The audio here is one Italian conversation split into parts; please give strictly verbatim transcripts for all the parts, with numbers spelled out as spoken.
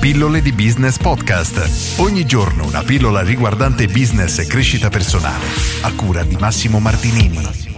Pillole di Business Podcast. Ogni giorno una pillola riguardante business e crescita personale. A cura di Massimo Martinini.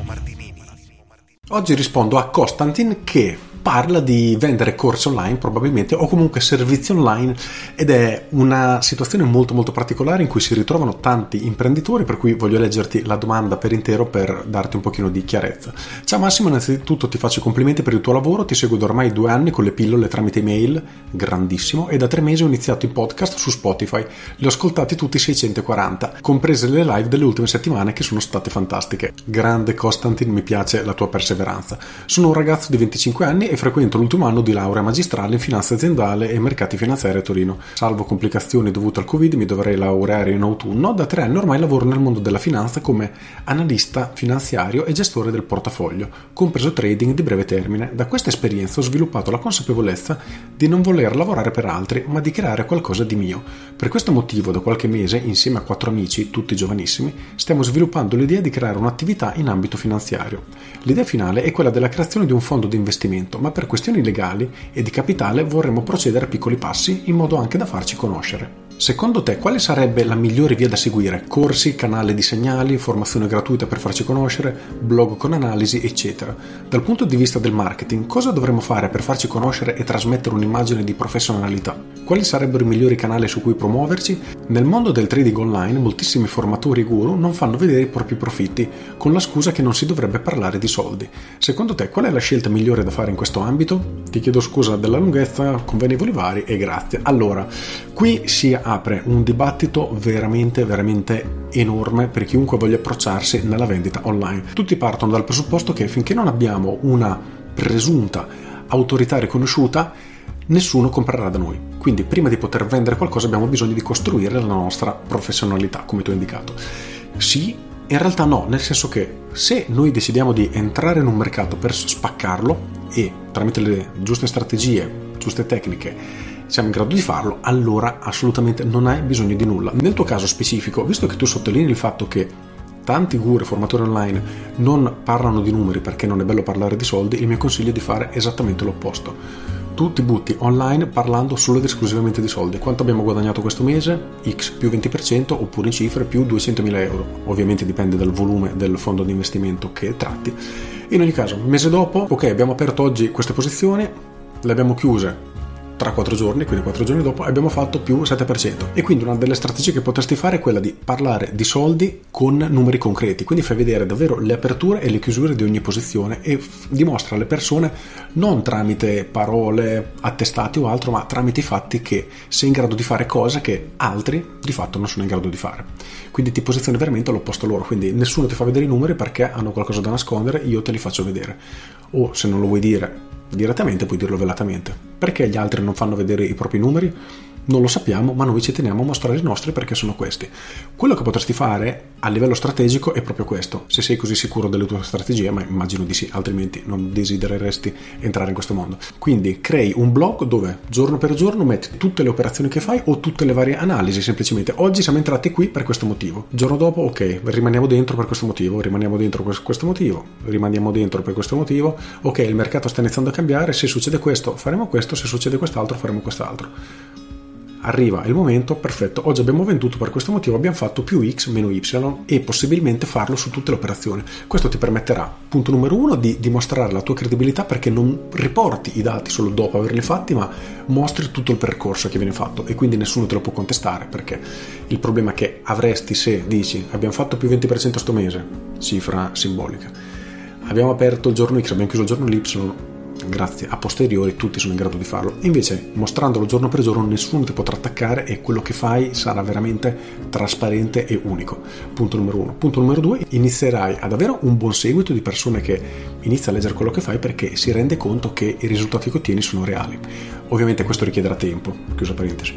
Oggi rispondo a Costantin che parla di vendere corsi online probabilmente o comunque servizi online, ed è una situazione molto molto particolare in cui si ritrovano tanti imprenditori, per cui voglio leggerti la domanda per intero per darti un pochino di chiarezza. Ciao Massimo, innanzitutto ti faccio i complimenti per il tuo lavoro, ti seguo da ormai due anni con le pillole tramite email, grandissimo, e da tre mesi ho iniziato i podcast su Spotify, li ho ascoltati tutti seicentoquaranta, comprese le live delle ultime settimane che sono state fantastiche. Grande Costantin, mi piace la tua perseveranza. Sono un ragazzo di venticinque anni e frequento l'ultimo anno di laurea magistrale in finanza aziendale e mercati finanziari a Torino. Salvo complicazioni dovute al Covid, mi dovrei laureare in autunno. Da tre anni ormai lavoro nel mondo della finanza come analista finanziario e gestore del portafoglio, compreso trading di breve termine. Da questa esperienza ho sviluppato la consapevolezza di non voler lavorare per altri, ma di creare qualcosa di mio. Per questo motivo, da qualche mese, insieme a quattro amici, tutti giovanissimi, stiamo sviluppando l'idea di creare un'attività in ambito finanziario. L'idea finale è quella della creazione di un fondo di investimento, ma per questioni legali e di capitale vorremmo procedere a piccoli passi in modo anche da farci conoscere. Secondo te quale sarebbe la migliore via da seguire? Corsi, canale di segnali, formazione gratuita per farci conoscere, blog con analisi, eccetera. Dal punto di vista del marketing, cosa dovremmo fare per farci conoscere e trasmettere un'immagine di professionalità? Quali sarebbero i migliori canali su cui promuoverci? Nel mondo del trading online moltissimi formatori e guru non fanno vedere i propri profitti con la scusa che non si dovrebbe parlare di soldi. Secondo te qual è la scelta migliore da fare in questo ambito? Ti chiedo scusa della lunghezza, convenevoli vari e grazie. Allora, qui si apre un dibattito veramente veramente enorme per chiunque voglia approcciarsi nella vendita online. Tutti partono dal presupposto che finché non abbiamo una presunta autorità riconosciuta, nessuno comprerà da noi. Quindi prima di poter vendere qualcosa abbiamo bisogno di costruire la nostra professionalità, come tu hai indicato. Sì, in realtà no, nel senso che se noi decidiamo di entrare in un mercato per spaccarlo e tramite le giuste strategie, giuste tecniche siamo in grado di farlo, allora assolutamente non hai bisogno di nulla. Nel tuo caso specifico, visto che tu sottolinei il fatto che tanti guru e formatori online non parlano di numeri perché non è bello parlare di soldi, il mio consiglio è di fare esattamente l'opposto. Tu ti butti online parlando solo ed esclusivamente di soldi. Quanto abbiamo guadagnato questo mese? X più venti per cento, oppure in cifre più duecentomila euro. Ovviamente dipende dal volume del fondo di investimento che tratti. In ogni caso, un mese dopo, ok, abbiamo aperto oggi queste posizioni, le abbiamo chiuse tra quattro giorni, quindi quattro giorni dopo abbiamo fatto più sette per cento. E quindi una delle strategie che potresti fare è quella di parlare di soldi con numeri concreti, quindi fai vedere davvero le aperture e le chiusure di ogni posizione e f- dimostra alle persone non tramite parole, attestati o altro, ma tramite i fatti che sei in grado di fare cose che altri di fatto non sono in grado di fare. Quindi ti posizioni veramente all'opposto loro, quindi nessuno ti fa vedere i numeri perché hanno qualcosa da nascondere, io te li faccio vedere. O se non lo vuoi dire direttamente puoi dirlo velatamente. Perché gli altri non fanno vedere i propri numeri? Non lo sappiamo, ma noi ci teniamo a mostrare i nostri perché sono questi. Quello che potresti fare a livello strategico è proprio questo, se sei così sicuro delle tue strategie, ma immagino di sì, altrimenti non desidereresti entrare in questo mondo. Quindi crei un blog dove giorno per giorno metti tutte le operazioni che fai o tutte le varie analisi, semplicemente oggi siamo entrati qui per questo motivo, il giorno dopo ok, rimaniamo dentro per questo motivo, rimaniamo dentro per questo motivo, rimaniamo dentro per questo motivo, ok, il mercato sta iniziando a cambiare, se succede questo faremo questo, se succede quest'altro faremo quest'altro. Arriva il momento, perfetto, oggi abbiamo venduto per questo motivo, abbiamo fatto più X meno Y e possibilmente farlo su tutte le operazioni. Questo ti permetterà, punto numero uno, di dimostrare la tua credibilità perché non riporti i dati solo dopo averli fatti, ma mostri tutto il percorso che viene fatto e quindi nessuno te lo può contestare, perché il problema che avresti se dici abbiamo fatto più venti per cento sto mese, cifra simbolica, abbiamo aperto il giorno X, abbiamo chiuso il giorno Y, grazie a posteriori tutti sono in grado di farlo. Invece mostrandolo giorno per giorno nessuno ti potrà attaccare e quello che fai sarà veramente trasparente e unico. Punto numero uno. Punto numero due, inizierai ad avere un buon seguito di persone che inizia a leggere quello che fai perché si rende conto che i risultati che ottieni sono reali. Ovviamente questo richiederà tempo, chiusa parentesi,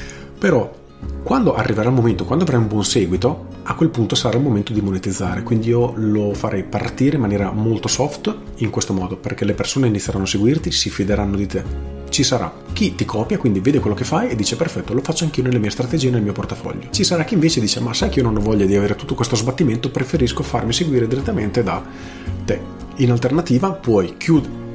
però quando arriverà il momento, quando avrai un buon seguito, a quel punto sarà il momento di monetizzare. Quindi io lo farei partire in maniera molto soft in questo modo, perché le persone inizieranno a seguirti, si fideranno di te. Ci sarà chi ti copia, quindi vede quello che fai e dice perfetto, lo faccio anch'io nelle mie strategie, nel mio portafoglio. Ci sarà chi invece dice ma sai che io non ho voglia di avere tutto questo sbattimento, preferisco farmi seguire direttamente da te. In alternativa puoi chiudere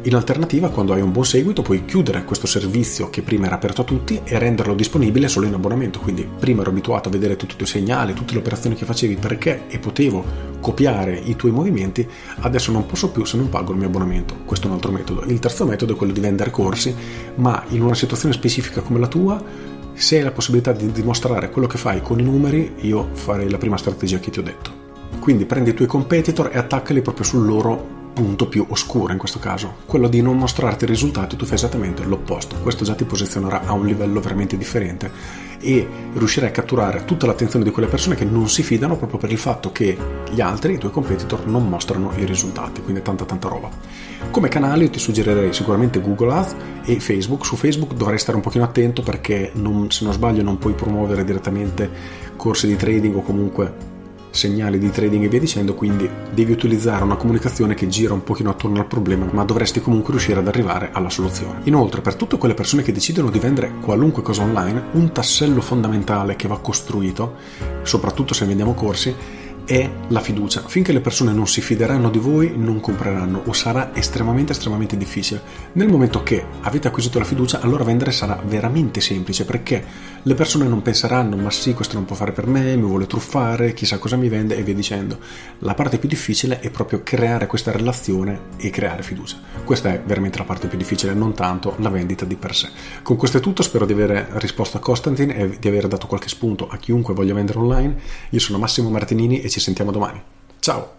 In alternativa, quando hai un buon seguito, puoi chiudere questo servizio che prima era aperto a tutti e renderlo disponibile solo in abbonamento. Quindi prima ero abituato a vedere tutti i tuoi segnali, tutte le operazioni che facevi perché e potevo copiare i tuoi movimenti, adesso non posso più se non pago il mio abbonamento. Questo è un altro metodo. Il terzo metodo è quello di vendere corsi, ma in una situazione specifica come la tua, se hai la possibilità di dimostrare quello che fai con i numeri, io farei la prima strategia che ti ho detto. Quindi prendi i tuoi competitor e attaccali proprio sul loro punto più oscuro, in questo caso quello di non mostrarti i risultati. Tu fai esattamente l'opposto. Questo già ti posizionerà a un livello veramente differente e riuscirai a catturare tutta l'attenzione di quelle persone che non si fidano proprio per il fatto che gli altri, i tuoi competitor, non mostrano i risultati. Quindi tanta tanta roba. Come canali io ti suggerirei sicuramente Google Ads e Facebook. Su Facebook dovrai stare un pochino attento perché non, se non sbaglio non puoi promuovere direttamente corsi di trading o comunque segnali di trading e via dicendo, quindi devi utilizzare una comunicazione che gira un pochino attorno al problema, ma dovresti comunque riuscire ad arrivare alla soluzione. Inoltre, per tutte quelle persone che decidono di vendere qualunque cosa online, un tassello fondamentale che va costruito, soprattutto se vendiamo corsi, è la fiducia. Finché le persone non si fideranno di voi, non compreranno o sarà estremamente estremamente difficile. Nel momento che avete acquisito la fiducia, allora vendere sarà veramente semplice, perché le persone non penseranno ma sì, questo non può fare per me, mi vuole truffare, chissà cosa mi vende e via dicendo. La parte più difficile è proprio creare questa relazione e creare fiducia. Questa è veramente la parte più difficile, non tanto la vendita di per sé. Con questo è tutto, spero di aver risposto a Costantin e di aver dato qualche spunto a chiunque voglia vendere online. Io sono Massimo Martinini e ci sentiamo domani. Ciao!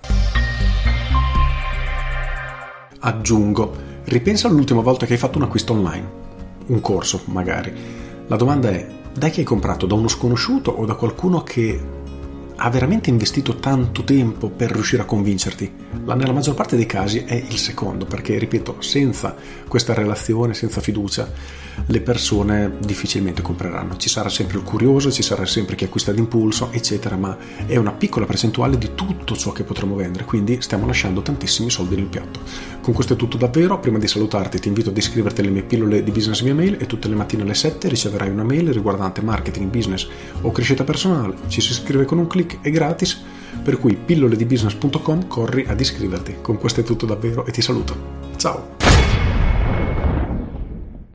Aggiungo, ripensa all'ultima volta che hai fatto un acquisto online, un corso magari. La domanda è, da chi hai comprato? Da uno sconosciuto o da qualcuno che ha veramente investito tanto tempo per riuscire a convincerti? La, nella maggior parte dei casi è il secondo, perché ripeto, senza questa relazione, senza fiducia, le persone difficilmente compreranno. Ci sarà sempre il curioso, ci sarà sempre chi acquista d'impulso, eccetera, ma è una piccola percentuale di tutto ciò che potremo vendere, quindi stiamo lasciando tantissimi soldi nel piatto. Con questo è tutto davvero. Prima di salutarti ti invito ad iscriverti alle mie pillole di business via mail e tutte le mattine alle sette riceverai una mail riguardante marketing, business o crescita personale. Ci si iscrive con un click, è gratis, per cui pillole di business punto com, corri ad iscriverti. Con questo è tutto davvero e ti saluto. Ciao!